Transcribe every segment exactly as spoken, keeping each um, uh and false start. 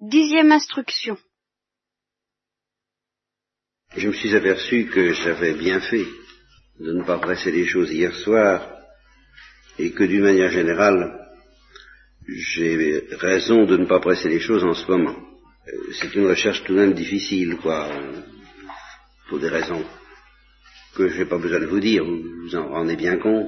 Dixième instruction. Je me suis aperçu que j'avais bien fait de ne pas presser les choses hier soir et que d'une manière générale, j'ai raison de ne pas presser les choses en ce moment. C'est une recherche tout de même difficile, quoi, pour des raisons que je n'ai pas besoin de vous dire, vous vous en rendez bien compte.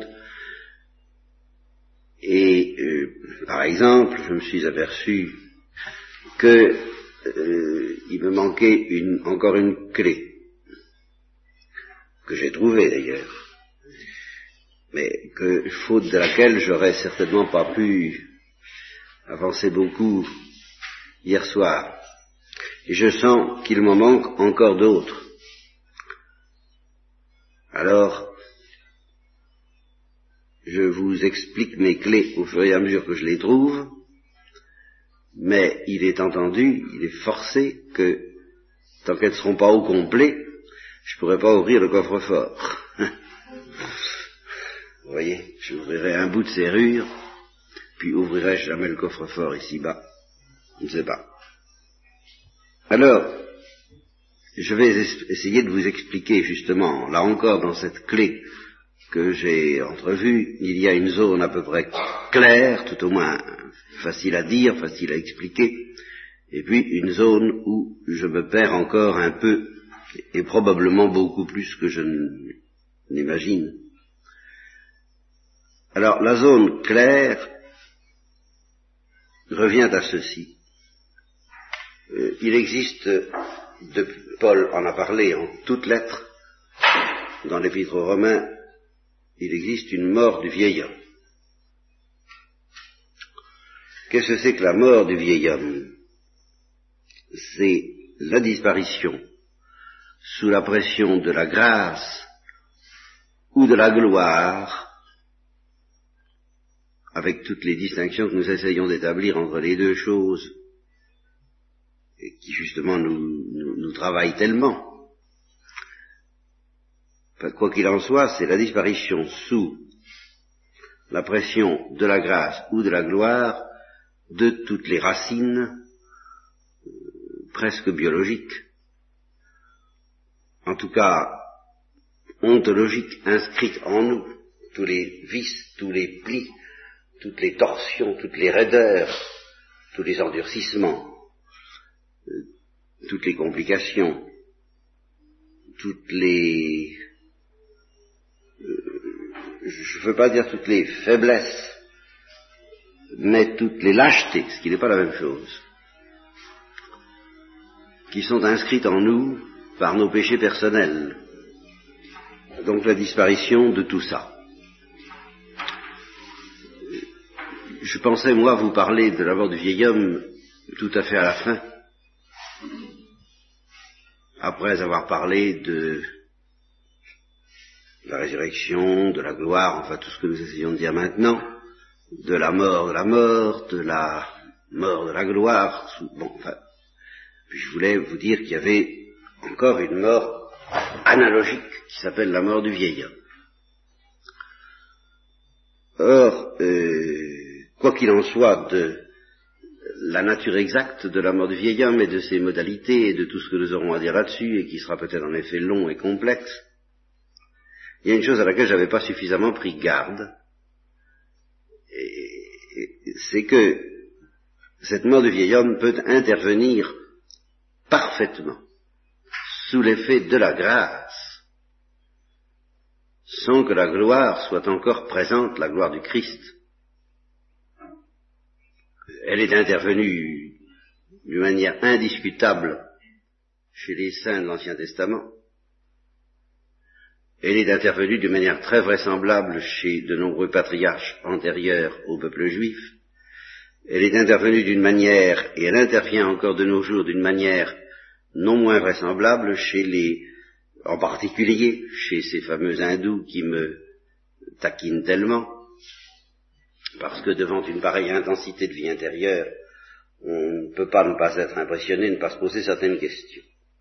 Et euh, par exemple, je me suis aperçu que euh, il me manquait une, encore une clé, que j'ai trouvée d'ailleurs, mais que, faute de laquelle j'aurais certainement pas pu avancer beaucoup hier soir. Et je sens qu'il m'en manque encore d'autres. Alors, je vous explique mes clés au fur et à mesure que je les trouve, mais il est entendu, il est forcé que, tant qu'elles ne seront pas au complet, je ne pourrai pas ouvrir le coffre-fort. Vous voyez, j'ouvrirai un bout de serrure, puis ouvrirai-je jamais le coffre-fort ici-bas? Je ne sais pas. Alors, je vais essayer de vous expliquer justement, là encore dans cette clé que j'ai entrevue, il y a une zone à peu près claire, tout au moins facile à dire, facile à expliquer, et puis une zone où je me perds encore un peu, et probablement beaucoup plus que je n'imagine. Alors, la zone claire revient à ceci. Euh, il existe, de, Paul en a parlé en toutes lettres, dans l'Épître aux Romains, il existe une mort du vieil homme. Qu'est-ce que c'est que la mort du vieil homme? C'est la disparition, sous la pression de la grâce ou de la gloire, avec toutes les distinctions que nous essayons d'établir entre les deux choses, et qui justement nous, nous, nous travaillent tellement. Enfin, quoi qu'il en soit, c'est la disparition sous la pression de la grâce ou de la gloire de toutes les racines euh, presque biologiques, en tout cas ontologiques, inscrites en nous, tous les vices, tous les plis, toutes les torsions, toutes les raideurs, tous les endurcissements, euh, toutes les complications, toutes les... Euh, je ne veux pas dire toutes les faiblesses, mais toutes les lâchetés, ce qui n'est pas la même chose, qui sont inscrites en nous par nos péchés personnels. Donc la disparition de tout ça. Je pensais, moi, vous parler de la mort du vieil homme tout à fait à la fin, après avoir parlé de la résurrection, de la gloire, enfin tout ce que nous essayons de dire maintenant, de la mort de la mort, de la mort de la gloire, bon, enfin, puis je voulais vous dire qu'il y avait encore une mort analogique qui s'appelle la mort du vieil homme. Or, euh, quoi qu'il en soit de la nature exacte de la mort du vieil homme et de ses modalités et de tout ce que nous aurons à dire là-dessus et qui sera peut-être en effet long et complexe, il y a une chose à laquelle je n'avais pas suffisamment pris garde, c'est que cette mort du vieil homme peut intervenir parfaitement sous l'effet de la grâce, sans que la gloire soit encore présente, la gloire du Christ. Elle est intervenue d'une manière indiscutable chez les saints de l'Ancien Testament. Elle est intervenue d'une manière très vraisemblable chez de nombreux patriarches antérieurs au peuple juif. Elle est intervenue d'une manière, et elle intervient encore de nos jours d'une manière non moins vraisemblable chez les, en particulier chez ces fameux hindous qui me taquinent tellement, parce que devant une pareille intensité de vie intérieure, on ne peut pas ne pas être impressionné, ne pas se poser certaines questions.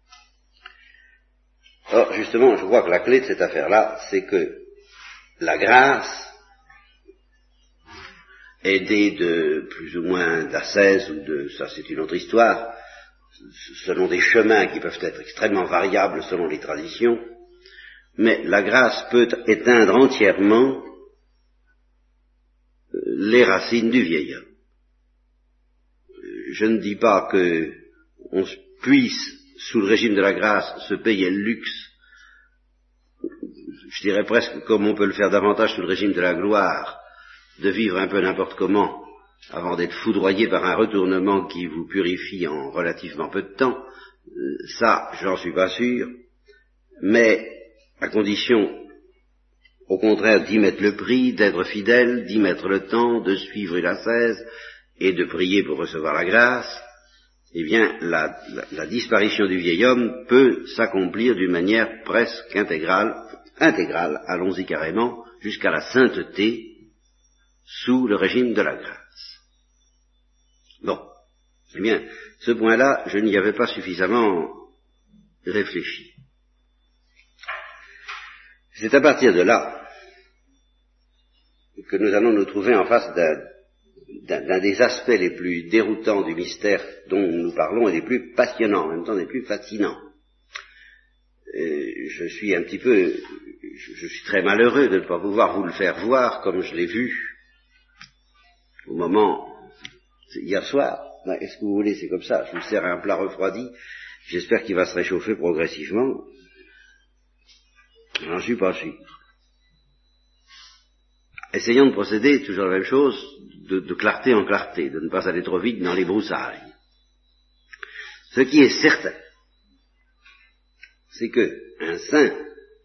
Or, justement, je crois que la clé de cette affaire-là, c'est que la grâce aidés de plus ou moins d'ascèse ou de, ça c'est une autre histoire, selon des chemins qui peuvent être extrêmement variables selon les traditions, mais la grâce peut éteindre entièrement les racines du vieil homme. Je ne dis pas que on puisse, sous le régime de la grâce, se payer le luxe, je dirais presque comme on peut le faire davantage sous le régime de la gloire, de vivre un peu n'importe comment, avant d'être foudroyé par un retournement qui vous purifie en relativement peu de temps. Ça, j'en suis pas sûr, mais à condition, au contraire, d'y mettre le prix, d'être fidèle, d'y mettre le temps, de suivre une ascèse et de prier pour recevoir la grâce, eh bien, la, la, la disparition du vieil homme peut s'accomplir d'une manière presque intégrale, intégrale, allons-y carrément, jusqu'à la sainteté, sous le régime de la grâce. Bon, eh bien, ce point-là, je n'y avais pas suffisamment réfléchi. C'est à partir de là que nous allons nous trouver en face d'un, d'un, d'un des aspects les plus déroutants du mystère dont nous parlons et des plus passionnants, en même temps des plus fascinants. Euh, je suis un petit peu, je, je suis très malheureux de ne pas pouvoir vous le faire voir comme je l'ai vu au moment, hier soir. Ben, est-ce que vous voulez, c'est comme ça, je vous sers un plat refroidi, j'espère qu'il va se réchauffer progressivement. J'en suis pas sûr. Essayons de procéder, toujours la même chose, de, de clarté en clarté, de ne pas aller trop vite dans les broussailles. Ce qui est certain, c'est que un saint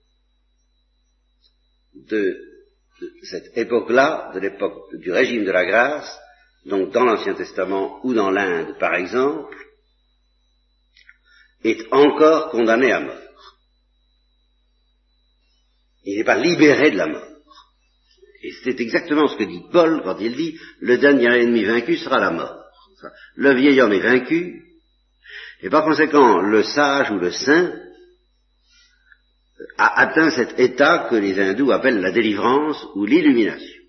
de, de cette époque-là, de l'époque du régime de la grâce, donc dans l'Ancien Testament ou dans l'Inde par exemple, est encore condamné à mort. Il n'est pas libéré de la mort. Et c'est exactement ce que dit Paul quand il dit « Le dernier ennemi vaincu sera la mort ». Le vieil homme est vaincu, et par conséquent, le sage ou le saint a atteint cet état que les hindous appellent la délivrance ou l'illumination.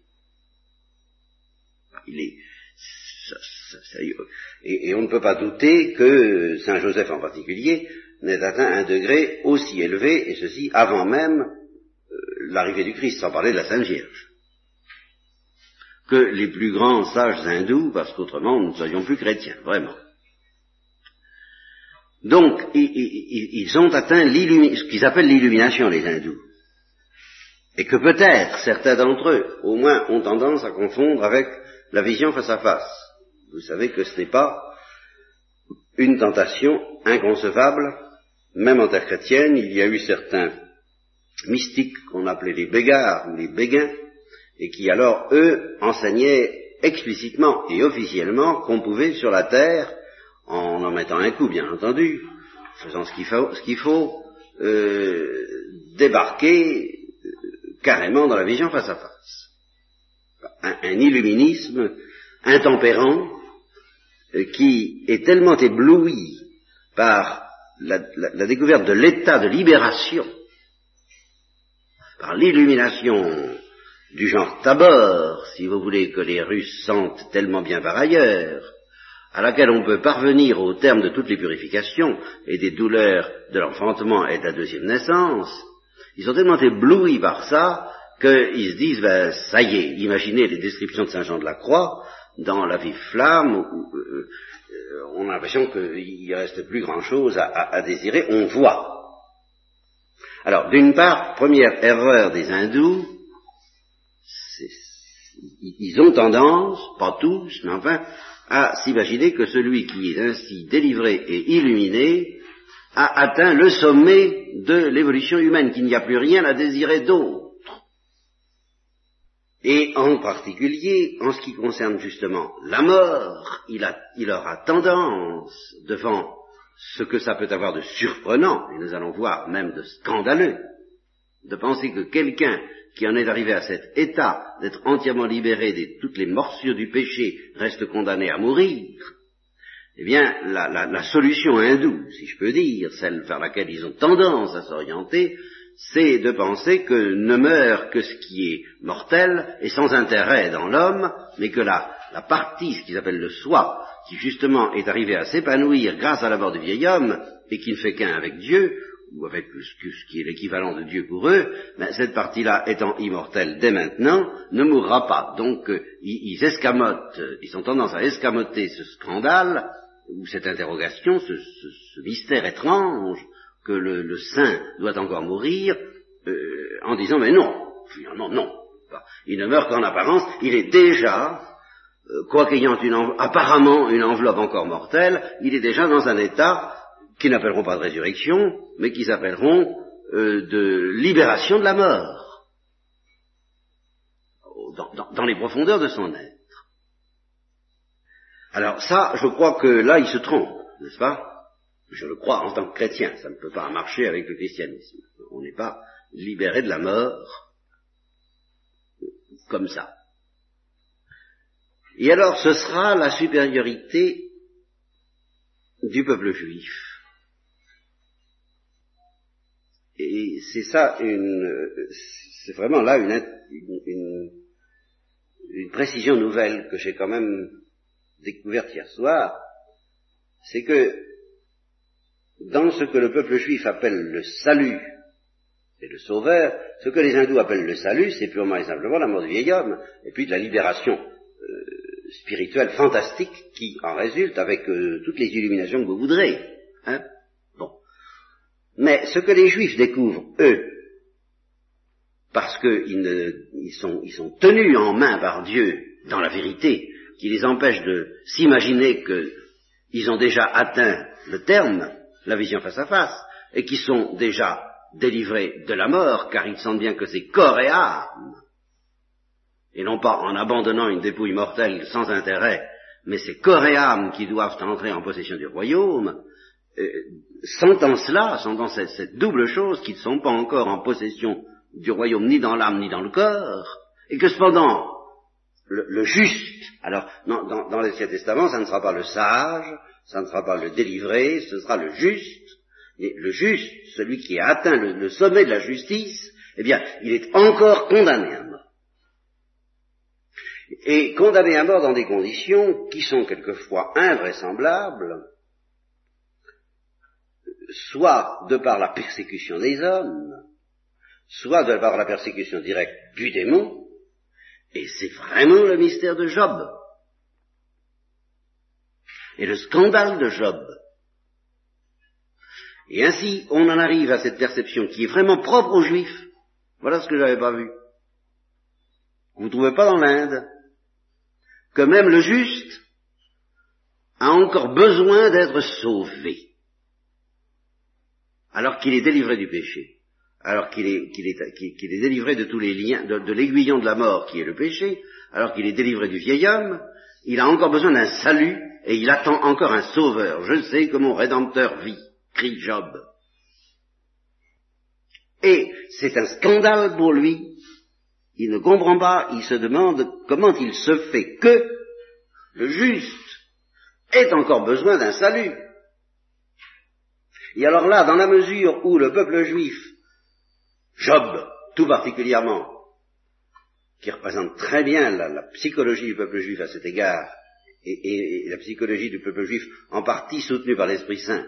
Il est, ça, ça, ça, et, et on ne peut pas douter que saint Joseph en particulier n'ait atteint un degré aussi élevé, et ceci avant même l'arrivée du Christ, sans parler de la Sainte Vierge, que les plus grands sages hindous, parce qu'autrement nous ne serions plus chrétiens, vraiment. Donc, ils, ils, ils ont atteint ce qu'ils appellent l'illumination, les hindous, et que peut-être certains d'entre eux, au moins, ont tendance à confondre avec la vision face à face. Vous savez que ce n'est pas une tentation inconcevable, même en terre chrétienne. Il y a eu certains mystiques qu'on appelait les bégards ou les béguins, et qui alors, eux, enseignaient explicitement et officiellement qu'on pouvait sur la terre, en en mettant un coup bien entendu, faisant ce qu'il faut, ce qu'il faut euh, débarquer euh, carrément dans la vision face à face. Un, un illuminisme intempérant euh, qui est tellement ébloui par la, la, la découverte de l'état de libération, par l'illumination du genre Tabor, si vous voulez, que les Russes sentent tellement bien par ailleurs, à laquelle on peut parvenir au terme de toutes les purifications et des douleurs de l'enfantement et de la deuxième naissance, ils sont tellement éblouis par ça qu'ils se disent, ben, ça y est, imaginez les descriptions de Saint Jean de la Croix, dans la vive flamme, où, euh, on a l'impression qu'il ne reste plus grand-chose à, à, à désirer, on voit. Alors, d'une part, première erreur des hindous, c'est, ils ont tendance, pas tous, mais enfin, à s'imaginer que celui qui est ainsi délivré et illuminé a atteint le sommet de l'évolution humaine, qu'il n'y a plus rien à désirer d'autre. Et en particulier, en ce qui concerne justement la mort, il, a, il aura tendance, devant ce que ça peut avoir de surprenant, et nous allons voir même de scandaleux, de penser que quelqu'un qui en est arrivé à cet état d'être entièrement libéré de toutes les morsures du péché reste condamné à mourir, eh bien, la, la, la solution hindoue, si je peux dire, celle vers laquelle ils ont tendance à s'orienter, c'est de penser que ne meurt que ce qui est mortel et sans intérêt dans l'homme, mais que la, la partie, ce qu'ils appellent le soi, qui justement est arrivé à s'épanouir grâce à la mort du vieil homme, et qui ne fait qu'un avec Dieu, ou avec ce qui est l'équivalent de Dieu pour eux, ben, cette partie-là étant immortelle dès maintenant, ne mourra pas. Donc euh, ils, ils escamotent, ils ont tendance à escamoter ce scandale, ou cette interrogation, ce, ce, ce mystère étrange, que le, le saint doit encore mourir, euh, en disant mais non, non, non, il ne meurt qu'en apparence, il est déjà, euh, quoiqu'ayant une env- apparemment une enveloppe encore mortelle, il est déjà dans un état qui n'appelleront pas de résurrection, mais qui s'appelleront euh, de libération de la mort, dans, dans, dans les profondeurs de son être. Alors ça, je crois que là, il se trompe, n'est-ce pas? Je le crois en tant que chrétien, ça ne peut pas marcher avec le christianisme. On n'est pas libéré de la mort comme ça. Et alors ce sera la supériorité du peuple juif. Et c'est ça, une, c'est vraiment là une, une, une, une précision nouvelle que j'ai quand même découverte hier soir, c'est que dans ce que le peuple juif appelle le salut et le sauveur, ce que les hindous appellent le salut, c'est purement et simplement la mort du vieil homme, et puis de la libération euh, spirituelle fantastique qui en résulte avec euh, toutes les illuminations que vous voudrez. Hein. Bon. Mais ce que les juifs découvrent, eux, parce qu'ils ils sont, ils sont tenus en main par Dieu dans la vérité, qui les empêche de s'imaginer qu'ils ont déjà atteint le terme, la vision face à face, et qui sont déjà délivrés de la mort, car ils sentent bien que c'est corps et âme, et non pas en abandonnant une dépouille mortelle sans intérêt, mais c'est corps et âme qui doivent entrer en possession du royaume, euh, sentant cela, sentant cette, cette double chose, qu'ils ne sont pas encore en possession du royaume ni dans l'âme ni dans le corps, et que cependant, le, le juste, alors dans, dans, dans l'Ancien Testament, ça ne sera pas le sage, ça ne sera pas le délivré, ce sera le juste, et le juste, celui qui a atteint le, le sommet de la justice, eh bien, il est encore condamné à mort. Et condamné à mort dans des conditions qui sont quelquefois invraisemblables, soit de par la persécution des hommes, soit de par la persécution directe du démon, et c'est vraiment le mystère de Job. Et le scandale de Job. Et ainsi, on en arrive à cette perception qui est vraiment propre aux Juifs. Voilà ce que j'avais pas vu. Vous ne trouvez pas dans l'Inde que même le juste a encore besoin d'être sauvé, alors qu'il est délivré du péché, alors qu'il est, qu'il est, qu'il est délivré de tous les liens, de, de l'aiguillon de la mort qui est le péché, alors qu'il est délivré du vieil homme, il a encore besoin d'un salut, et il attend encore un sauveur. Je sais que mon Rédempteur vit, crie Job. Et c'est un scandale pour lui. Il ne comprend pas, il se demande comment il se fait que le juste ait encore besoin d'un salut. Et alors là, dans la mesure où le peuple juif, Job tout particulièrement, qui représente très bien la, la psychologie du peuple juif à cet égard, et, et, et la psychologie du peuple juif en partie soutenue par l'Esprit Saint,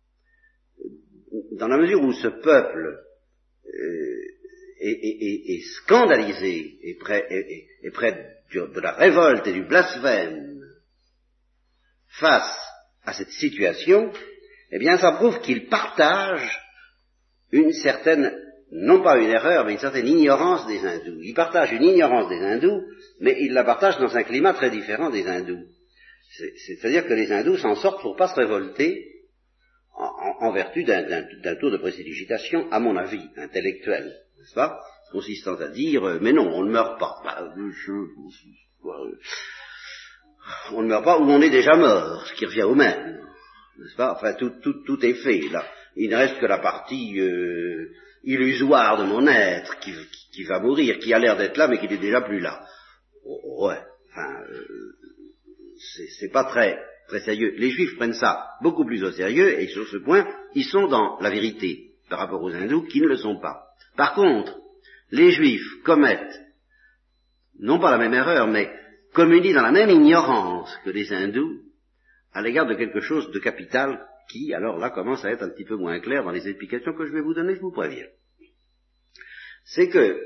dans la mesure où ce peuple euh, est, est, est, est scandalisé, est près, est, est près de la révolte et du blasphème face à cette situation, eh bien ça prouve qu'il partage une certaine, non pas une erreur, mais une certaine ignorance des hindous. Il partage une ignorance des hindous, mais il la partage dans un climat très différent des hindous. C'est-à-dire que les hindous s'en sortent pour pas se révolter en, en, en vertu d'un tour de précipitation, à mon avis, intellectuel, n'est-ce pas, consistant à dire, euh, mais non, on ne meurt pas. Bah, je, euh, on ne meurt pas ou on est déjà mort, ce qui revient au même, n'est-ce pas? Enfin, tout, tout, tout est fait, là. Il ne reste que la partie euh, illusoire de mon être qui, qui, qui va mourir, qui a l'air d'être là, mais qui n'est déjà plus là. Oh, ouais, enfin, euh, c'est pas très, très sérieux. Les Juifs prennent ça beaucoup plus au sérieux, et sur ce point, ils sont dans la vérité par rapport aux hindous qui ne le sont pas. Par contre, les Juifs commettent, non pas la même erreur, mais communient dans la même ignorance que les hindous à l'égard de quelque chose de capital qui, alors là, commence à être un petit peu moins clair dans les explications que je vais vous donner, je vous préviens. C'est que,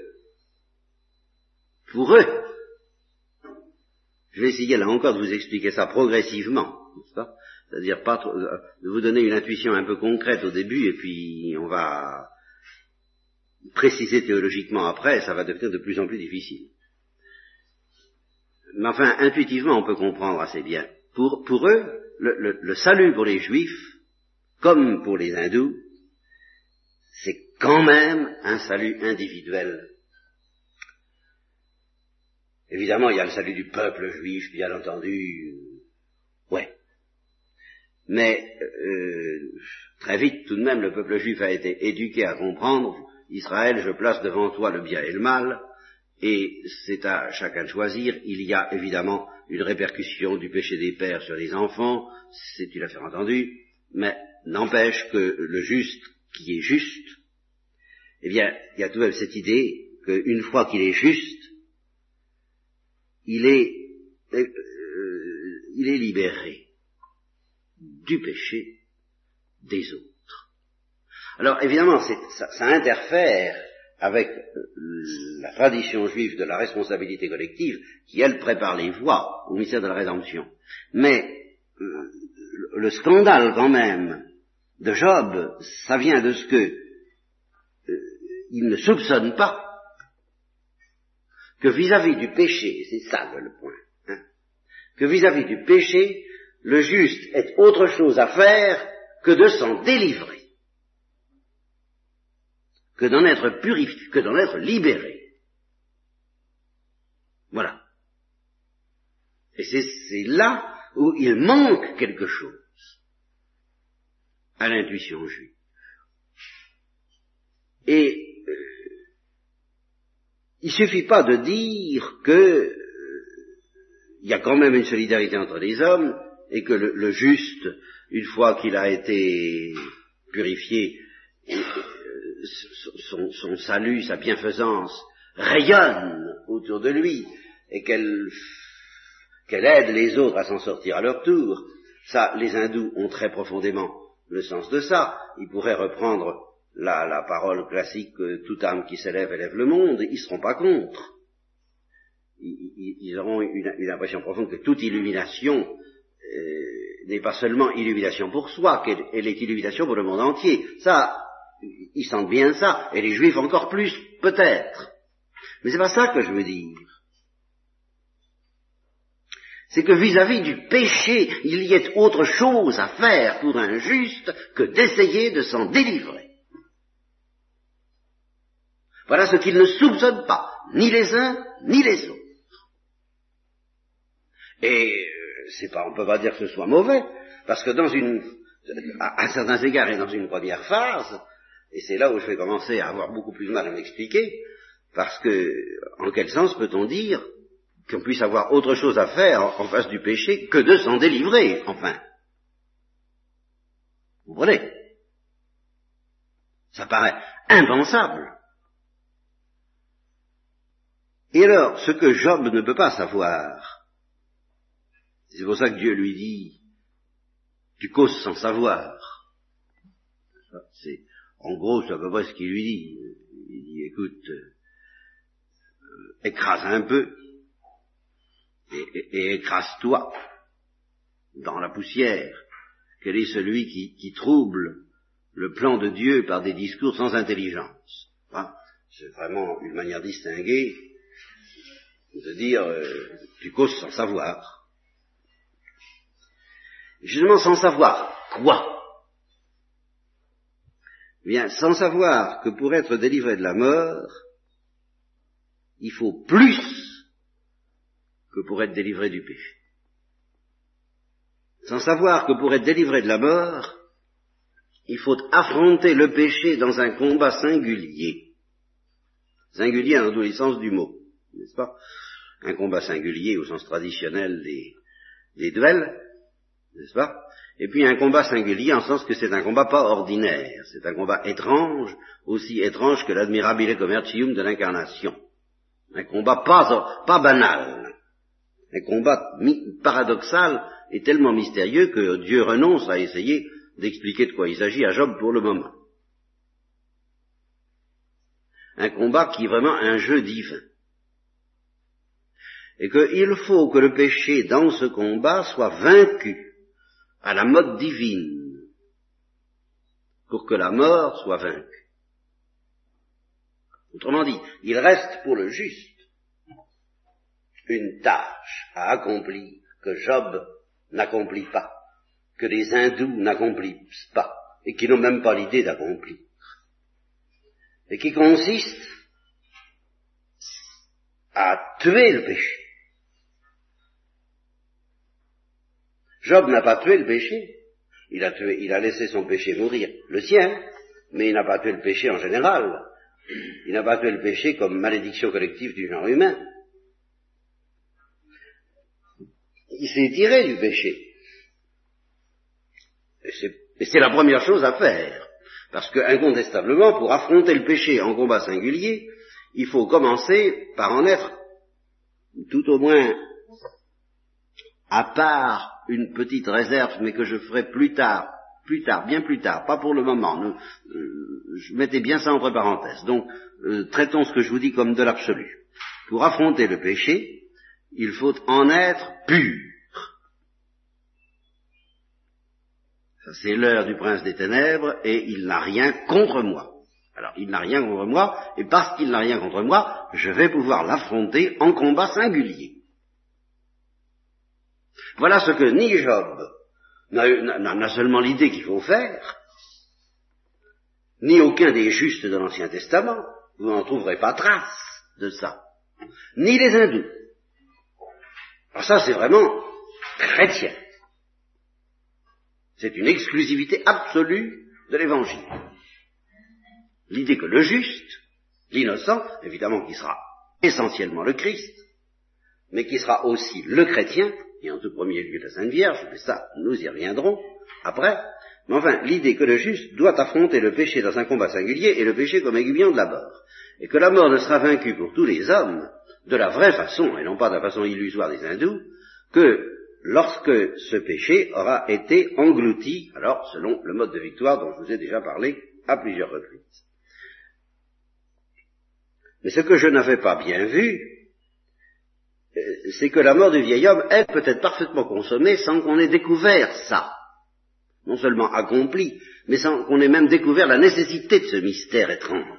pour eux, je vais essayer là encore de vous expliquer ça progressivement, n'est-ce pas? C'est-à-dire pas trop, de vous donner une intuition un peu concrète au début, et puis on va préciser théologiquement après, ça va devenir de plus en plus difficile. Mais enfin, intuitivement, on peut comprendre assez bien. Pour, pour eux, le, le, le salut pour les Juifs, comme pour les hindous, c'est quand même un salut individuel. Évidemment, il y a le salut du peuple juif, bien entendu, ouais. Mais euh, très vite, tout de même, le peuple juif a été éduqué à comprendre, Israël, je place devant toi le bien et le mal, et c'est à chacun de choisir. Il y a évidemment une répercussion du péché des pères sur les enfants, c'est une affaire entendue, mais n'empêche que le juste qui est juste, eh bien, il y a tout de même cette idée qu'une fois qu'il est juste, il est, euh, il est libéré du péché des autres. Alors évidemment, ça, ça interfère avec la tradition juive de la responsabilité collective qui, elle, prépare les voies au mystère de la rédemption. Mais euh, le scandale quand même de Job, ça vient de ce que euh, il ne soupçonne pas que vis-à-vis du péché, c'est ça le point, hein, que vis-à-vis du péché, le juste ait autre chose à faire que de s'en délivrer, que d'en être purifié, que d'en être libéré. Voilà. Et c'est, c'est là où il manque quelque chose à l'intuition juive. Et euh, il suffit pas de dire que euh, il y a quand même une solidarité entre les hommes et que le, le juste, une fois qu'il a été purifié, euh, son, son salut, sa bienfaisance rayonne autour de lui et qu'elle, qu'elle aide les autres à s'en sortir à leur tour. Ça, les hindous ont très profondément le sens de ça. Ils pourraient reprendre la, la parole classique que toute âme qui s'élève élève le monde, ils ne seront pas contre. Ils, ils, ils auront une, une impression profonde que toute illumination euh, n'est pas seulement illumination pour soi, qu'elle elle est illumination pour le monde entier. Ça, ils sentent bien ça, et les Juifs encore plus, peut-être. Mais c'est pas ça que je veux dire. C'est que vis-à-vis du péché, il y ait autre chose à faire pour un juste que d'essayer de s'en délivrer. Voilà ce qu'ils ne soupçonnent pas, ni les uns, ni les autres. Et c'est pas, on peut pas dire que ce soit mauvais, parce que dans une, à, à certains égards et dans une première phase, et c'est là où je vais commencer à avoir beaucoup plus de mal à m'expliquer, parce que, en quel sens peut-on dire qu'on puisse avoir autre chose à faire en, en face du péché que de s'en délivrer, enfin. Vous comprenez? Ça paraît impensable. Et alors, ce que Job ne peut pas savoir, c'est pour ça que Dieu lui dit, tu causes sans savoir. C'est, en gros, c'est à peu près ce qu'il lui dit. Il dit, écoute, euh, écrase un peu, et, et, et écrase-toi dans la poussière. Quel est celui qui, qui trouble le plan de Dieu par des discours sans intelligence? Hein, c'est vraiment une manière distinguée de dire, euh, tu causes sans savoir. Justement, sans savoir quoi? Eh bien, sans savoir que pour être délivré de la mort, il faut plus que pour être délivré du péché. Sans savoir que pour être délivré de la mort, il faut affronter le péché dans un combat singulier. Singulier dans tous les sens du mot, n'est-ce pas? Un combat singulier au sens traditionnel des, des duels, n'est-ce pas? et puis un combat singulier en sens que c'est un combat pas ordinaire, c'est un combat étrange, aussi étrange que l'admirabile commercium de l'incarnation. Un combat pas, pas banal, un combat paradoxal et tellement mystérieux que Dieu renonce à essayer d'expliquer de quoi il s'agit à Job pour le moment. Un combat qui est vraiment un jeu divin. Et qu'il faut que le péché dans ce combat soit vaincu à la mode divine pour que la mort soit vaincue. Autrement dit, il reste pour le juste une tâche à accomplir que Job n'accomplit pas, que les hindous n'accomplissent pas, et qui n'ont même pas l'idée d'accomplir, et qui consiste à tuer le péché. Job n'a pas tué le péché, il a tué, il a laissé son péché mourir, le sien, mais il n'a pas tué le péché en général, il n'a pas tué le péché comme malédiction collective du genre humain. Il s'est tiré du péché. Et c'est, et c'est la première chose à faire, parce que incontestablement, pour affronter le péché en combat singulier, il faut commencer par en être tout au moins à part une petite réserve, mais que je ferai plus tard, plus tard, bien plus tard, pas pour le moment. Nous, euh, je mettais bien ça entre parenthèses. Donc, euh, traitons ce que je vous dis comme de l'absolu. Pour affronter le péché, il faut en être pur. Ça, c'est l'heure du prince des ténèbres, et il n'a rien contre moi. Alors, il n'a rien contre moi, et parce qu'il n'a rien contre moi, je vais pouvoir l'affronter en combat singulier. Voilà ce que ni Job n'a, n'a, n'a seulement l'idée qu'il faut faire, ni aucun des justes de l'Ancien Testament, vous n'en trouverez pas trace de ça, ni les hindous. Alors ça, c'est vraiment chrétien. C'est une exclusivité absolue de l'Évangile. L'idée que le juste, l'innocent, évidemment qui sera essentiellement le Christ, mais qui sera aussi le chrétien, et en tout premier lieu la Sainte Vierge, mais ça, nous y reviendrons après, mais enfin, l'idée que le juste doit affronter le péché dans un combat singulier, et le péché comme aiguillon de la mort, et que la mort ne sera vaincue pour tous les hommes, de la vraie façon, et non pas de la façon illusoire des hindous, que lorsque ce péché aura été englouti, alors selon le mode de victoire dont je vous ai déjà parlé à plusieurs reprises. Mais ce que je n'avais pas bien vu, c'est que la mort du vieil homme est peut-être parfaitement consommée sans qu'on ait découvert ça. Non seulement accompli, mais sans qu'on ait même découvert la nécessité de ce mystère étrange.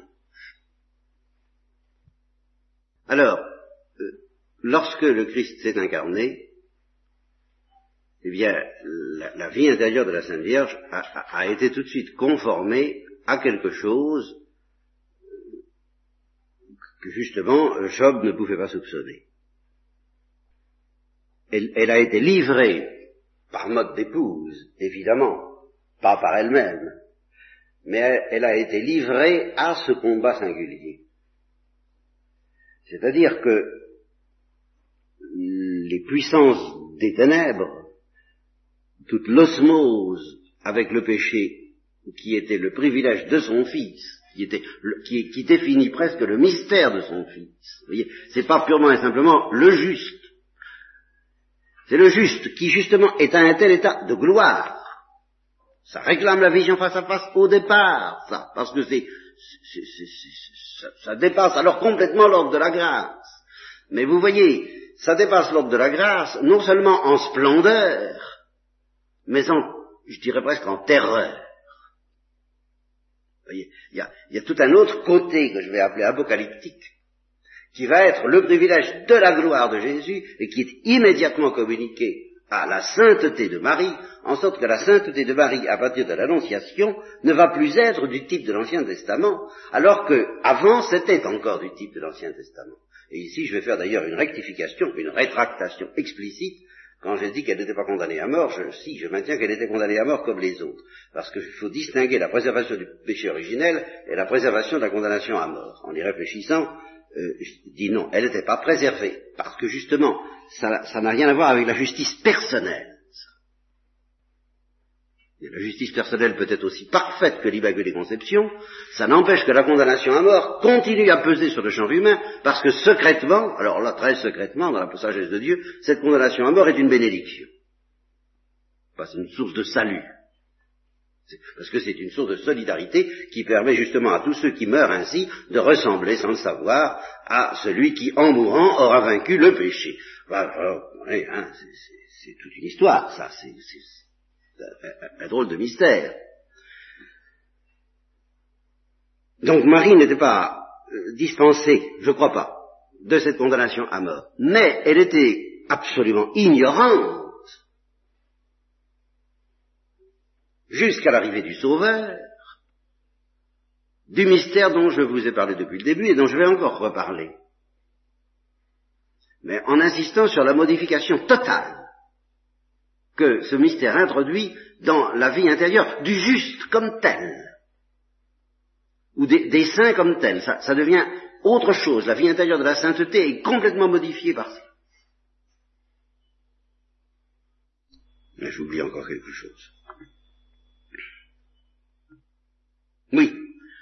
Alors, euh, lorsque le Christ s'est incarné, eh bien, la, la vie intérieure de la Sainte Vierge a, a, a été tout de suite conformée à quelque chose que justement Job ne pouvait pas soupçonner. Elle, elle a été livrée par mode d'épouse, évidemment, pas par elle-même, mais elle, elle a été livrée à ce combat singulier. C'est-à-dire que les puissances des ténèbres, toute l'osmose avec le péché, qui était le privilège de son Fils, qui, était, qui, qui définit presque le mystère de son Fils. Vous voyez, c'est pas purement et simplement le juste. C'est le juste qui justement est à un tel état de gloire. Ça réclame la vision face à face au départ, ça, parce que c'est, c'est, c'est, c'est ça, ça dépasse alors complètement l'ordre de la grâce. Mais vous voyez, ça dépasse l'ordre de la grâce, non seulement en splendeur, mais en, je dirais presque en terreur. Vous voyez, il y a, il y a tout un autre côté que je vais appeler apocalyptique, qui va être le privilège de la gloire de Jésus, et qui est immédiatement communiqué à la sainteté de Marie, en sorte que la sainteté de Marie, à partir de l'Annonciation, ne va plus être du type de l'Ancien Testament, alors que avant c'était encore du type de l'Ancien Testament. Et ici, je vais faire d'ailleurs une rectification, une rétractation explicite. Quand j'ai dit qu'elle n'était pas condamnée à mort, je, si, je maintiens qu'elle était condamnée à mort comme les autres, parce qu'il faut distinguer la préservation du péché originel et la préservation de la condamnation à mort. En y réfléchissant, Euh, je dis non, elle n'était pas préservée, parce que justement, ça, ça n'a rien à voir avec la justice personnelle. Et la justice personnelle peut être aussi parfaite que l'Immaculée Conception, ça n'empêche que la condamnation à mort continue à peser sur le genre humain, parce que secrètement, alors là, très secrètement, dans la sagesse de Dieu, cette condamnation à mort est une bénédiction. Enfin, c'est une source de salut. Parce que c'est une source de solidarité qui permet justement à tous ceux qui meurent ainsi de ressembler, sans le savoir, à celui qui, en mourant, aura vaincu le péché. Enfin, alors, ouais, hein, c'est, c'est, c'est toute une histoire, ça, c'est... c'est Un, un drôle de mystère. Donc Marie n'était pas euh, dispensée, je crois pas, de cette condamnation à mort, mais elle était absolument ignorante jusqu'à l'arrivée du Sauveur, du mystère dont je vous ai parlé depuis le début et dont je vais encore reparler, mais en insistant sur la modification totale que ce mystère introduit dans la vie intérieure du juste comme tel, ou des, des saints comme tel. Ça, ça devient autre chose. La vie intérieure de la sainteté est complètement modifiée par ça. Mais j'oublie encore quelque chose. Oui.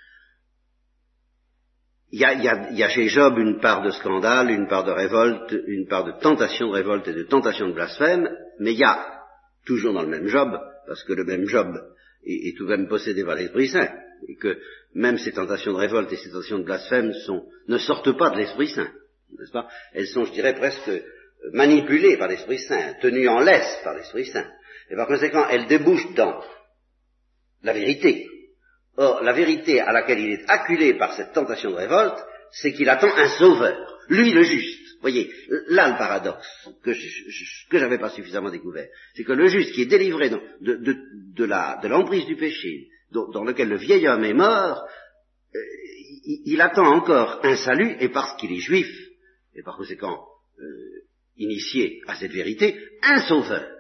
Il y a, il y a, il y a chez Job une part de scandale, une part de révolte, une part de tentation de révolte et de tentation de blasphème, mais il y a toujours dans le même Job, parce que le même Job est, est tout de même possédé par l'Esprit Saint, et que même ces tentations de révolte et ces tentations de blasphème sont, ne sortent pas de l'Esprit Saint, n'est-ce pas? Elles sont, je dirais, presque manipulées par l'Esprit Saint, tenues en laisse par l'Esprit Saint, et par conséquent, elles débouchent dans la vérité. Or, la vérité à laquelle il est acculé par cette tentation de révolte, c'est qu'il attend un sauveur, lui le juste. Voyez, là le paradoxe que je, que j'avais pas suffisamment découvert, c'est que le juste qui est délivré de, de, de, de, la, de l'emprise du péché, dans, dans lequel le vieil homme est mort, euh, il, il attend encore un salut, et parce qu'il est juif, et par conséquent euh, initié à cette vérité, un sauveur.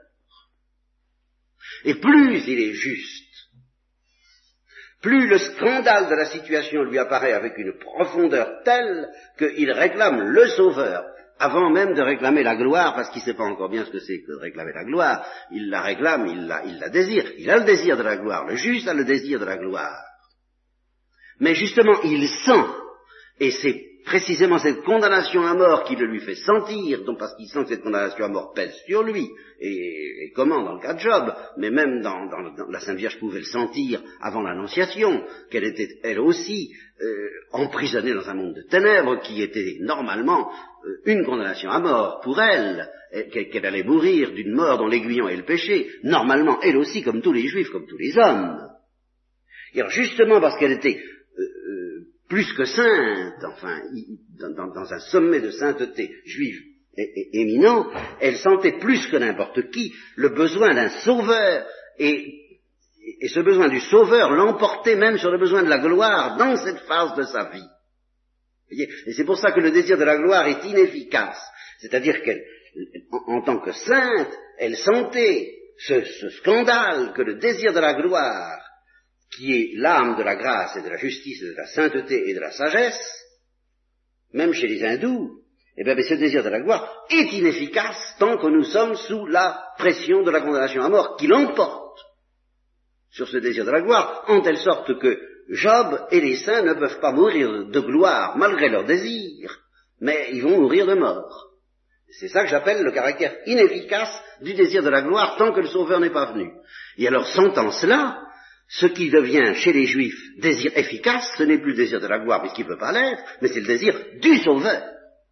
Et plus il est juste, plus le scandale de la situation lui apparaît avec une profondeur telle qu'il réclame le Sauveur, avant même de réclamer la gloire, parce qu'il ne sait pas encore bien ce que c'est que de réclamer la gloire. Il la réclame, il la, il la désire, il a le désir de la gloire, le juste a le désir de la gloire. Mais justement, il sent, et c'est précisément cette condamnation à mort qui le lui fait sentir, donc parce qu'il sent que cette condamnation à mort pèse sur lui, et, et comment dans le cas de Job, mais même dans, dans, dans la Sainte Vierge pouvait le sentir avant l'Annonciation, qu'elle était elle aussi euh, emprisonnée dans un monde de ténèbres qui était normalement euh, une condamnation à mort pour elle, qu'elle, qu'elle allait mourir d'une mort dont l'aiguillon est le péché, normalement elle aussi comme tous les Juifs, comme tous les hommes. Et alors justement parce qu'elle était euh, euh, plus que sainte, enfin, dans, dans un sommet de sainteté juive éminent, elle sentait plus que n'importe qui le besoin d'un sauveur, et, et ce besoin du sauveur l'emportait même sur le besoin de la gloire dans cette phase de sa vie. Voyez, et c'est pour ça que le désir de la gloire est inefficace, c'est-à-dire qu'elle, en, en tant que sainte, elle sentait ce, ce scandale que le désir de la gloire, qui est l'âme de la grâce et de la justice, et de la sainteté et de la sagesse, même chez les hindous, eh bien, ce désir de la gloire est inefficace tant que nous sommes sous la pression de la condamnation à mort qui l'emporte sur ce désir de la gloire, en telle sorte que Job et les saints ne peuvent pas mourir de gloire malgré leur désir, mais ils vont mourir de mort. C'est ça que j'appelle le caractère inefficace du désir de la gloire tant que le Sauveur n'est pas venu. Et alors, sentant cela, ce qui devient chez les Juifs désir efficace, ce n'est plus le désir de la gloire puisqu'il ne peut pas l'être, mais c'est le désir du Sauveur.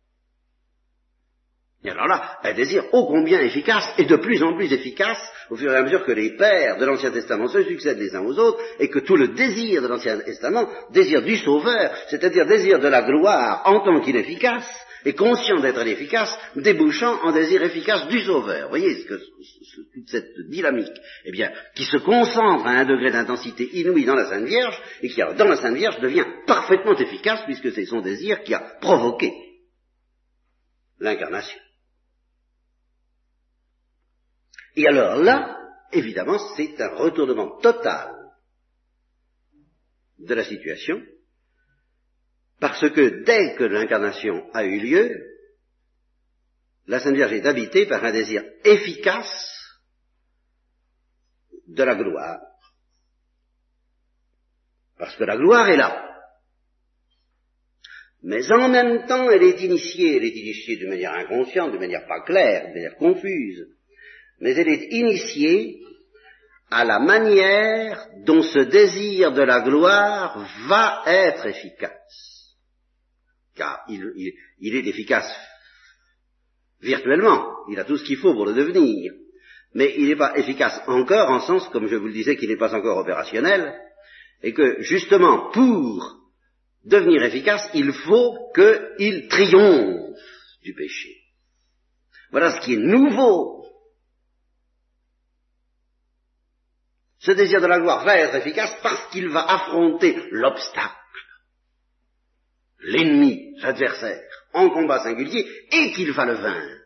Et alors là, un désir ô combien efficace, et de plus en plus efficace, au fur et à mesure que les pères de l'Ancien Testament se succèdent les uns aux autres, et que tout le désir de l'Ancien Testament, désir du Sauveur, c'est-à-dire désir de la gloire en tant qu'inefficace, et conscient d'être inefficace, débouchant en désir efficace du Sauveur. Vous voyez, ce que, ce, toute cette dynamique, eh bien, qui se concentre à un degré d'intensité inouï dans la Sainte Vierge, et qui, dans la Sainte Vierge, devient parfaitement efficace, puisque c'est son désir qui a provoqué l'incarnation. Et alors là, évidemment, c'est un retournement total de la situation, parce que dès que l'incarnation a eu lieu, la Sainte Vierge est habitée par un désir efficace de la gloire. Parce que la gloire est là. Mais en même temps, elle est initiée, elle est initiée de manière inconsciente, de manière pas claire, de manière confuse, mais elle est initiée à la manière dont ce désir de la gloire va être efficace. Car il, il, il est efficace virtuellement, il a tout ce qu'il faut pour le devenir, mais il n'est pas efficace encore en sens, comme je vous le disais, qu'il n'est pas encore opérationnel, et que justement pour devenir efficace, il faut qu'il triomphe du péché. Voilà ce qui est nouveau. Ce désir de la gloire va être efficace parce qu'il va affronter l'obstacle, l'ennemi, l'adversaire, en combat singulier, et qu'il va le vaincre.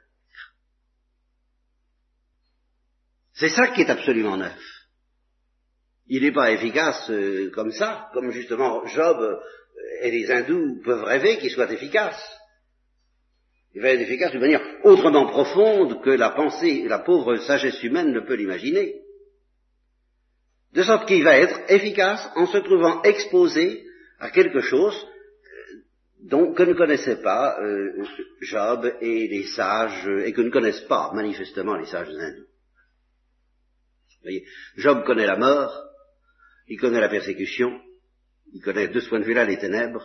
C'est ça qui est absolument neuf. Il n'est pas efficace euh, comme ça, comme justement Job euh, et les hindous peuvent rêver qu'il soit efficace. Il va être efficace d'une manière autrement profonde que la pensée, la pauvre sagesse humaine ne peut l'imaginer. De sorte qu'il va être efficace en se trouvant exposé à quelque chose dont, que ne connaissaient pas euh, Job et les sages, et que ne connaissent pas manifestement les sages hindous. Vous voyez, Job connaît la mort, il connaît la persécution, il connaît de ce point de vue-là les ténèbres,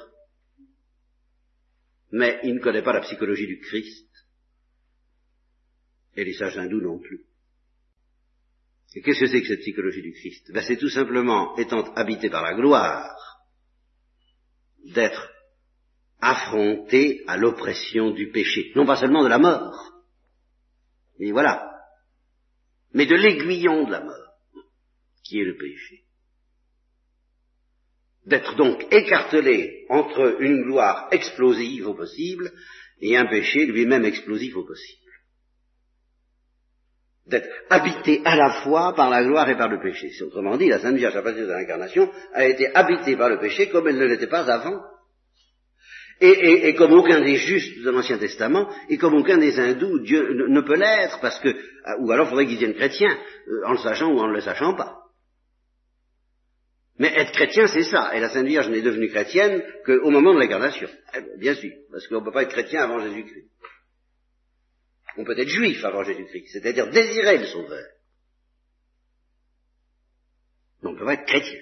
mais il ne connaît pas la psychologie du Christ, et les sages hindous non plus. Et qu'est-ce que c'est que cette psychologie du Christ? Ben, c'est tout simplement, étant habité par la gloire, d'être affronté à l'oppression du péché, non pas seulement de la mort, mais voilà, mais de l'aiguillon de la mort, qui est le péché. D'être donc écartelé entre une gloire explosive au possible et un péché lui-même explosif au possible. D'être habité à la fois par la gloire et par le péché. C'est autrement dit, la Sainte Vierge, à partir de l'incarnation, a été habitée par le péché comme elle ne l'était pas avant. Et, et, et comme aucun des justes de l'Ancien Testament, et comme aucun des hindous, Dieu ne, ne peut l'être, parce que, ou alors il faudrait qu'ils deviennent chrétiens, euh, en le sachant ou en ne le sachant pas. Mais être chrétien, c'est ça, et la Sainte Vierge n'est devenue chrétienne qu'au moment de l'incarnation. Eh bien, bien sûr, parce qu'on ne peut pas être chrétien avant Jésus-Christ. On peut être juif avant Jésus-Christ, c'est-à-dire désirer le Sauveur. Mais on ne peut pas être chrétien.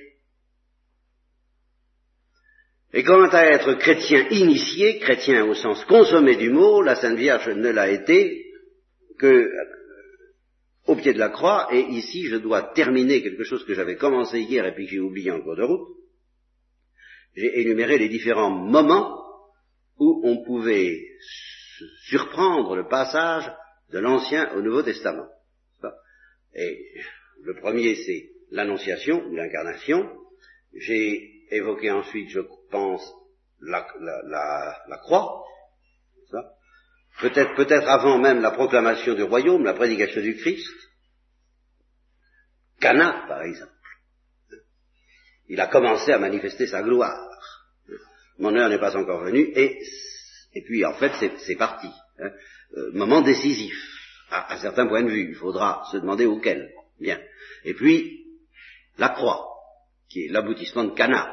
Et quant à être chrétien initié, chrétien au sens consommé du mot, la Sainte Vierge ne l'a été que euh, au pied de la croix, et ici je dois terminer quelque chose que j'avais commencé hier et puis que j'ai oublié en cours de route. J'ai énuméré les différents moments où on pouvait surprendre le passage de l'Ancien au Nouveau Testament. Et le premier, c'est l'Annonciation, ou l'Incarnation. J'ai évoqué ensuite, je pense, la, la, la, la croix, peut-être, peut-être avant même la proclamation du royaume, la prédication du Christ. Cana, par exemple. Il a commencé à manifester sa gloire. Mon heure n'est pas encore venue, et, et puis en fait c'est, c'est parti. Hein. Euh, moment décisif, à, à certains points de vue, il faudra se demander auquel. Bien. Et puis, la croix, qui est l'aboutissement de Cana.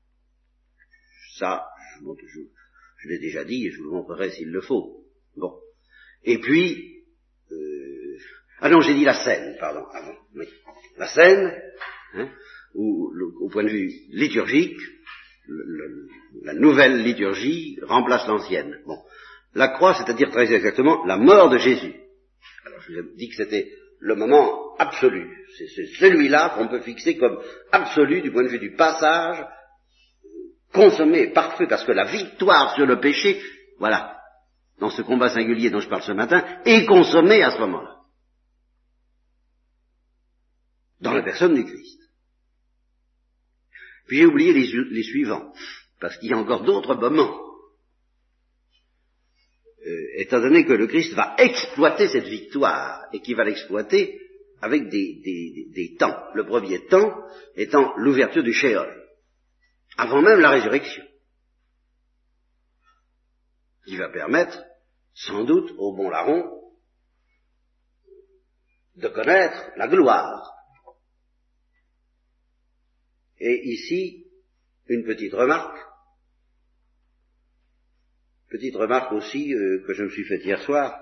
Ça, je, je, je l'ai déjà dit, et je vous le montrerai s'il le faut. Bon. Et puis, euh, ah non, j'ai dit la scène, pardon, avant, oui. La scène, hein, où, le, au point de vue liturgique, le, le, la nouvelle liturgie remplace l'ancienne. Bon. La croix, c'est-à-dire très exactement la mort de Jésus. Alors, je vous ai dit que c'était le moment absolu. C'est, c'est celui-là qu'on peut fixer comme absolu du point de vue du passage consommé, parfait, parce que la victoire sur le péché, voilà, dans ce combat singulier dont je parle ce matin, est consommée à ce moment-là. Dans la personne du Christ. Puis j'ai oublié les, les suivants, parce qu'il y a encore d'autres moments. Euh, étant donné que le Christ va exploiter cette victoire, et qu'il va l'exploiter avec des, des, des temps. Le premier temps étant l'ouverture du Shéol, avant même la résurrection, qui va permettre, sans doute, au bon larron, de connaître la gloire. Et ici, une petite remarque, petite remarque aussi euh, que je me suis faite hier soir.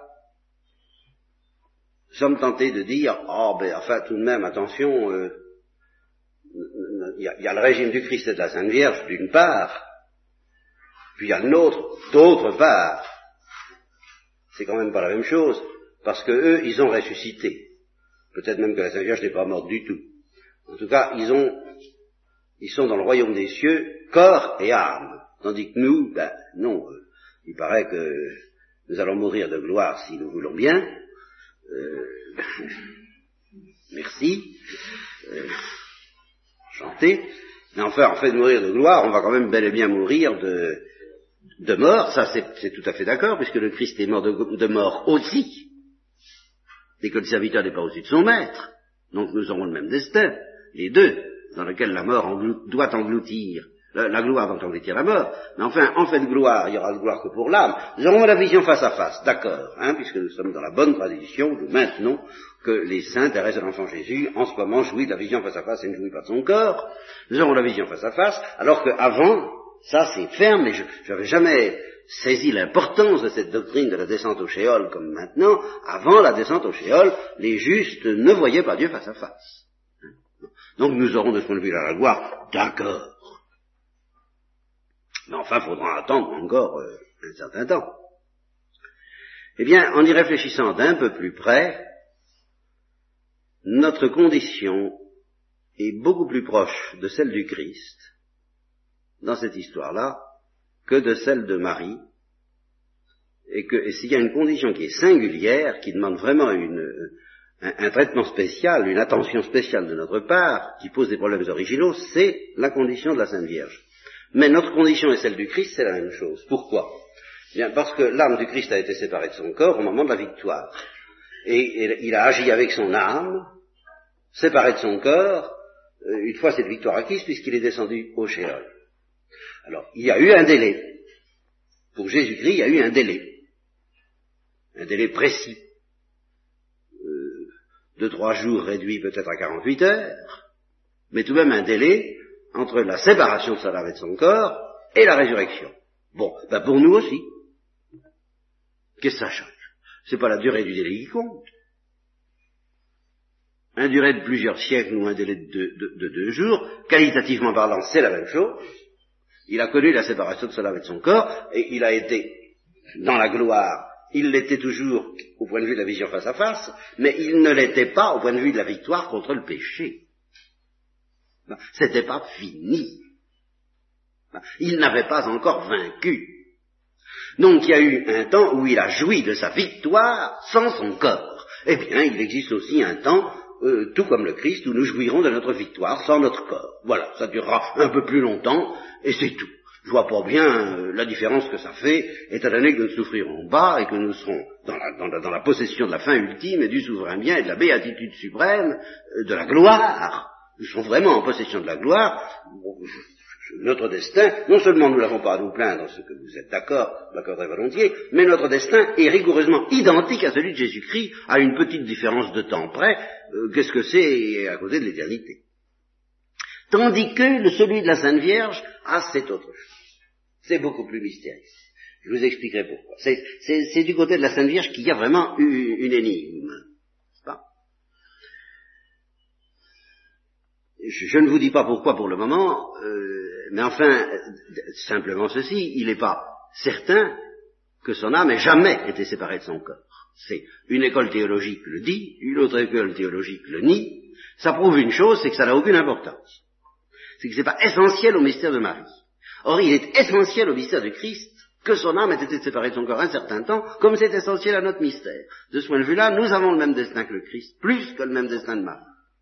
Nous sommes tentés de dire, oh ben enfin tout de même, attention, il euh, y, y a le régime du Christ et de la Sainte Vierge d'une part, puis il y a le nôtre d'autre part. C'est quand même pas la même chose, parce que eux, ils ont ressuscité. Peut-être même que la Sainte Vierge n'est pas morte du tout. En tout cas, ils ont, ils sont dans le royaume des cieux, corps et âme. Tandis que nous, ben non, euh, il paraît que nous allons mourir de gloire si nous voulons bien. Euh, merci. Euh, chanter. Mais enfin, en fait de mourir de gloire, on va quand même bel et bien mourir de, de mort. Ça, c'est, c'est tout à fait d'accord, puisque le Christ est mort de, de mort aussi. Et que le serviteur n'est pas au-dessus de son maître. Donc nous aurons le même destin, les deux, dans lequel la mort englou- doit engloutir, la, la gloire doit engloutir la mort. Mais enfin, en fait de gloire, il y aura de gloire que pour l'âme. Nous aurons la vision face à face, d'accord, hein, puisque nous sommes dans la bonne tradition, nous maintenons que les saints, Thérèse de l'Enfant Jésus, en ce moment jouit de la vision face à face et ne jouit pas de son corps. Nous aurons la vision face à face, alors qu'avant, ça c'est ferme, et je n'avais jamais saisi l'importance de cette doctrine de la descente au Shéol comme maintenant. Avant la descente au Shéol, les justes ne voyaient pas Dieu face à face. Donc nous aurons de ce point de vue-là la gloire, d'accord. Mais enfin, il faudra attendre encore euh, un certain temps. Eh bien, en y réfléchissant d'un peu plus près, notre condition est beaucoup plus proche de celle du Christ, dans cette histoire-là, que de celle de Marie, et que et s'il y a une condition qui est singulière, qui demande vraiment une, un, un traitement spécial, une attention spéciale de notre part, qui pose des problèmes originaux, c'est la condition de la Sainte Vierge. Mais notre condition et celle du Christ, c'est la même chose. Pourquoi ? Bien, parce que l'âme du Christ a été séparée de son corps au moment de la victoire. Et, et il a agi avec son âme, séparé de son corps, euh, une fois cette victoire acquise, puisqu'il est descendu au Shéol. Alors, il y a eu un délai. Pour Jésus-Christ, il y a eu un délai. Un délai précis. Euh, de trois jours réduit peut-être à quarante-huit heures, mais tout de même un délai entre la séparation de son âme et de son corps et la résurrection. Bon, ben pour nous aussi. Qu'est-ce que ça change ? C'est pas la durée du délai qui compte. Un durée de plusieurs siècles ou un délai de deux, de, de deux jours, qualitativement parlant, c'est la même chose. Il a connu la séparation de son âme et de son corps, et il a été dans la gloire. Il l'était toujours au point de vue de la vision face à face, mais il ne l'était pas au point de vue de la victoire contre le péché. C'était pas fini. Il n'avait pas encore vaincu. Donc il y a eu un temps où il a joui de sa victoire sans son corps. Eh bien, il existe aussi un temps, euh, tout comme le Christ, où nous jouirons de notre victoire sans notre corps. Voilà, ça durera un peu plus longtemps, et c'est tout. Je vois pas bien euh, la différence que ça fait, étant donné que nous souffrirons bas et que nous serons dans la, dans la, dans la possession de la fin ultime et du souverain bien et de la béatitude suprême, euh, de la gloire. Nous serons vraiment en possession de la gloire. Notre destin, non seulement nous n'avons pas à nous plaindre, ce que vous êtes d'accord, d'accorderai volontiers, mais notre destin est rigoureusement identique à celui de Jésus-Christ, à une petite différence de temps près. Euh, qu'est-ce que c'est à côté de l'éternité? Tandis que le, celui de la Sainte Vierge a cette autre chose. C'est beaucoup plus mystérieux. Je vous expliquerai pourquoi. C'est, c'est, c'est du côté de la Sainte Vierge qu'il y a vraiment une, une énigme. Pas je, je ne vous dis pas pourquoi pour le moment, euh, mais enfin, simplement ceci, il n'est pas certain que son âme ait jamais été séparée de son corps. C'est une école théologique le dit, une autre école théologique le nie. Ça prouve une chose, c'est que ça n'a aucune importance. C'est que ce n'est pas essentiel au mystère de Marie. Or, il est essentiel au mystère de Christ que son âme ait été séparée de son corps un certain temps, comme c'est essentiel à notre mystère. De ce point de vue-là, nous avons le même destin que le Christ, plus que le même destin de Marie.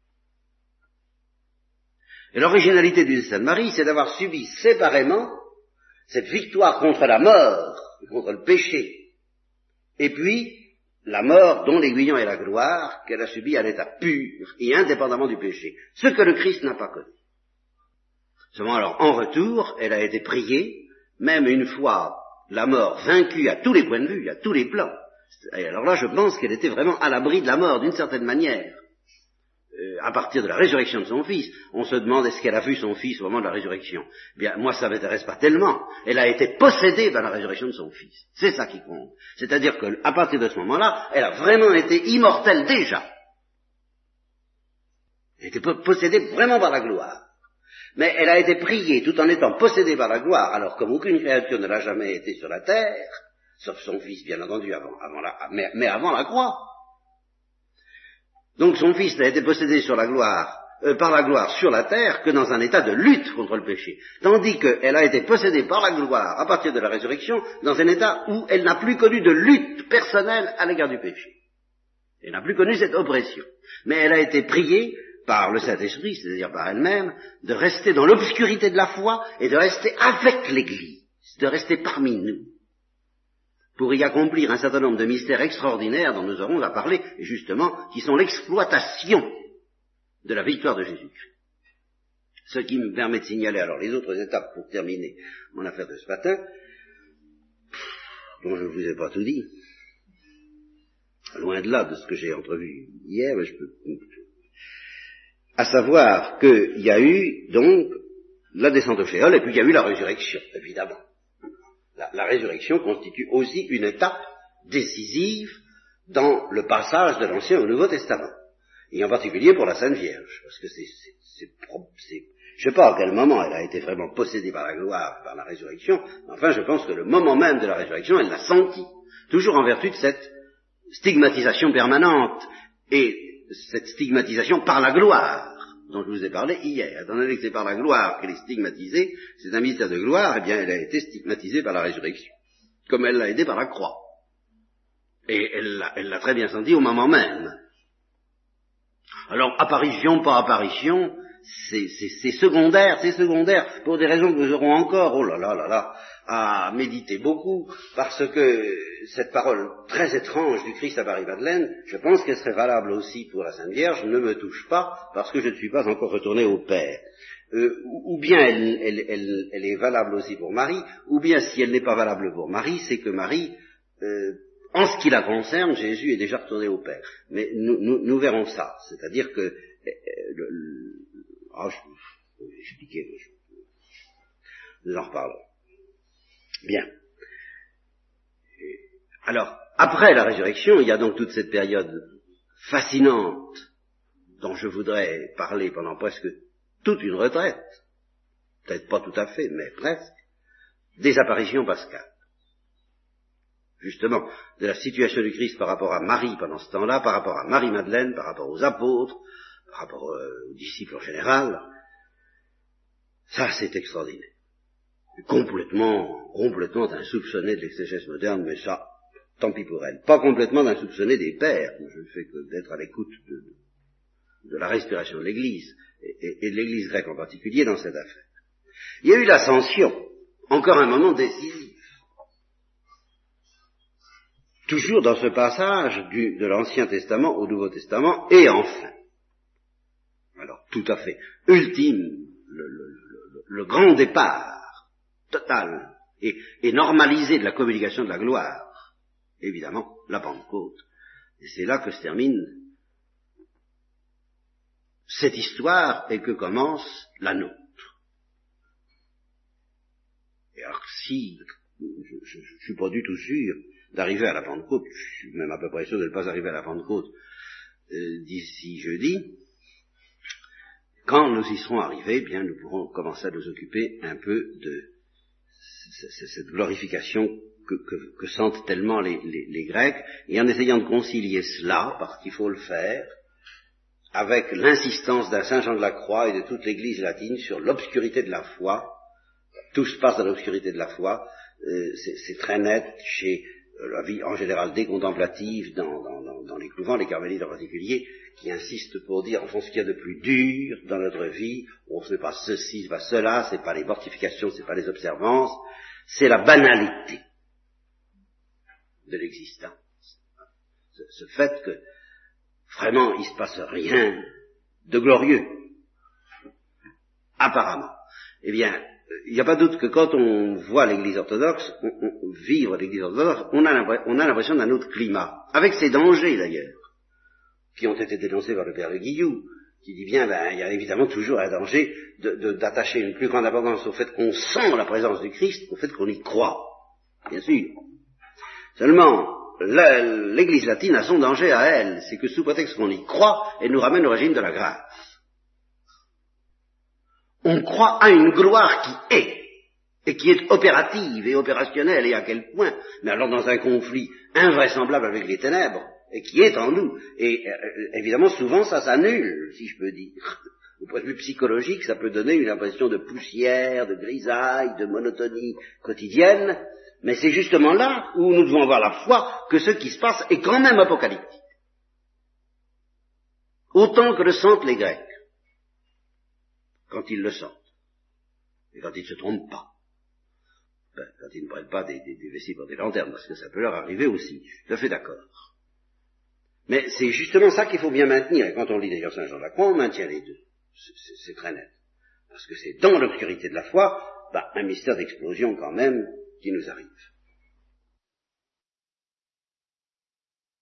Et l'originalité du destin de Marie, c'est d'avoir subi séparément cette victoire contre la mort, contre le péché, et puis la mort dont l'aiguillon est la gloire, qu'elle a subie à l'état pur et indépendamment du péché, ce que le Christ n'a pas connu. Seulement alors, en retour, elle a été priée, même une fois la mort vaincue à tous les points de vue, à tous les plans. Et alors là, je pense qu'elle était vraiment à l'abri de la mort, d'une certaine manière. euh, à partir de la résurrection de son Fils. On se demande est-ce qu'elle a vu son Fils au moment de la résurrection. Eh bien, moi ça m'intéresse pas tellement. Elle a été possédée par la résurrection de son Fils. C'est ça qui compte. C'est-à-dire qu'à partir de ce moment-là, elle a vraiment été immortelle déjà. Elle a été possédée vraiment par la gloire. Mais elle a été priée tout en étant possédée par la gloire, alors comme aucune créature ne l'a jamais été sur la terre, sauf son Fils bien entendu, avant, avant la, mais, mais avant la croix. Donc son Fils n'a été possédé sur la gloire, euh, par la gloire sur la terre que dans un état de lutte contre le péché, tandis qu'elle a été possédée par la gloire à partir de la résurrection dans un état où elle n'a plus connu de lutte personnelle à l'égard du péché. Elle n'a plus connu cette oppression. Mais elle a été priée par le Saint-Esprit, c'est-à-dire par elle-même, de rester dans l'obscurité de la foi et de rester avec l'Église, de rester parmi nous, pour y accomplir un certain nombre de mystères extraordinaires dont nous aurons à parler, justement, qui sont l'exploitation de la victoire de Jésus-Christ. Ce qui me permet de signaler alors les autres étapes pour terminer mon affaire de ce matin, dont je ne vous ai pas tout dit, loin de là de ce que j'ai entrevu hier, mais je peux... à savoir qu'il y a eu, donc, la descente au Shéol, et puis il y a eu la résurrection, évidemment. La, la résurrection constitue aussi une étape décisive dans le passage de l'Ancien au Nouveau Testament, et en particulier pour la Sainte Vierge, parce que c'est, c'est, c'est, c'est je ne sais pas à quel moment elle a été vraiment possédée par la gloire, par la résurrection, mais enfin je pense que le moment même de la résurrection, elle l'a senti, toujours en vertu de cette stigmatisation permanente, et cette stigmatisation par la gloire, dont je vous ai parlé hier. Étant donné que c'est par la gloire qu'elle est stigmatisée, c'est un mystère de gloire, eh bien elle a été stigmatisée par la résurrection, comme elle l'a été par la croix. Et elle l'a, elle l'a très bien senti au moment même. Alors, apparition, pas apparition, c'est, c'est, c'est secondaire, c'est secondaire, pour des raisons que nous aurons encore, oh là là là là, à méditer beaucoup, parce que cette parole très étrange du Christ à Marie-Madeleine, je pense qu'elle serait valable aussi pour la Sainte Vierge, ne me touche pas, parce que je ne suis pas encore retourné au Père. Euh, ou bien elle, elle, elle, elle est valable aussi pour Marie, ou bien si elle n'est pas valable pour Marie, c'est que Marie, euh, en ce qui la concerne, Jésus est déjà retourné au Père. Mais nous, nous, nous verrons ça, c'est-à-dire que... Euh, le, le, ah, je vais expliquer, nous en reparlons. Bien. Alors, après la résurrection, il y a donc toute cette période fascinante dont je voudrais parler pendant presque toute une retraite, peut-être pas tout à fait, mais presque, des apparitions pascales. Justement, de la situation du Christ par rapport à Marie pendant ce temps-là, par rapport à Marie-Madeleine, par rapport aux apôtres, par rapport euh, aux disciples en général. Ça, c'est extraordinaire. Complètement, complètement insoupçonné de l'exégèse moderne, mais ça, tant pis pour elle. Pas complètement insoupçonné des pères, je ne fais que d'être à l'écoute de, de la respiration de l'Église, et, et, et de l'Église grecque en particulier dans cette affaire. Il y a eu l'ascension, encore un moment décisif. Toujours dans ce passage du, de l'Ancien Testament au Nouveau Testament, et enfin, alors tout à fait ultime, le, le, le, le grand départ total et, et normalisé de la communication de la gloire, évidemment, la Pentecôte. Et c'est là que se termine cette histoire et que commence la nôtre. Et alors si, je ne suis pas du tout sûr d'arriver à la Pentecôte, je suis même à peu près sûr de ne pas arriver à la Pentecôte euh, d'ici jeudi, quand nous y serons arrivés, eh bien nous pourrons commencer à nous occuper un peu de cette glorification que, que, que sentent tellement les, les, les Grecs, et en essayant de concilier cela, parce qu'il faut le faire, avec l'insistance d'un Saint Jean de la Croix et de toute l'Église latine sur l'obscurité de la foi. Tout se passe dans l'obscurité de la foi, euh, c'est, c'est très net chez euh, la vie en général décontemplative, dans, dans, dans, dans les couvents, les carmélites en particulier, qui insistent pour dire, en fond, ce qu'il y a de plus dur dans notre vie, on ne fait pas ceci, c'est pas cela, c'est pas les mortifications, c'est pas les observances, c'est la banalité de l'existence. Ce, ce fait que, vraiment, il ne se passe rien de glorieux, apparemment. Eh bien, il n'y a pas de doute que quand on voit l'Église orthodoxe, on, on, vivre l'Église orthodoxe, on a l'impression d'un autre climat, avec ses dangers d'ailleurs, qui ont été dénoncés par le père de Guillou, qui dit bien, ben, il y a évidemment toujours un danger de, de, d'attacher une plus grande importance au fait qu'on sent la présence du Christ, au fait qu'on y croit, bien sûr. Seulement, la, l'Église latine a son danger à elle, c'est que sous prétexte qu'on y croit, elle nous ramène au régime de la grâce. On croit à une gloire qui est, et qui est opérative et opérationnelle, et à quel point, mais alors dans un conflit invraisemblable avec les ténèbres, et qui est en nous, et euh, évidemment souvent ça s'annule, si je peux dire. Au point de vue psychologique, ça peut donner une impression de poussière, de grisaille, de monotonie quotidienne, mais c'est justement là où nous devons avoir la foi que ce qui se passe est quand même apocalyptique. Autant que le sentent les Grecs, quand ils le sentent, et quand ils ne se trompent pas. Ben, quand ils ne prennent pas des, des, des vessies pour des lanternes, parce que ça peut leur arriver aussi, je suis tout à fait d'accord. Mais c'est justement ça qu'il faut bien maintenir, et quand on lit d'ailleurs Saint Jean de la Croix, on maintient les deux. C'est, c'est très net. Parce que c'est dans l'obscurité de la foi, ben, un mystère d'explosion quand même qui nous arrive.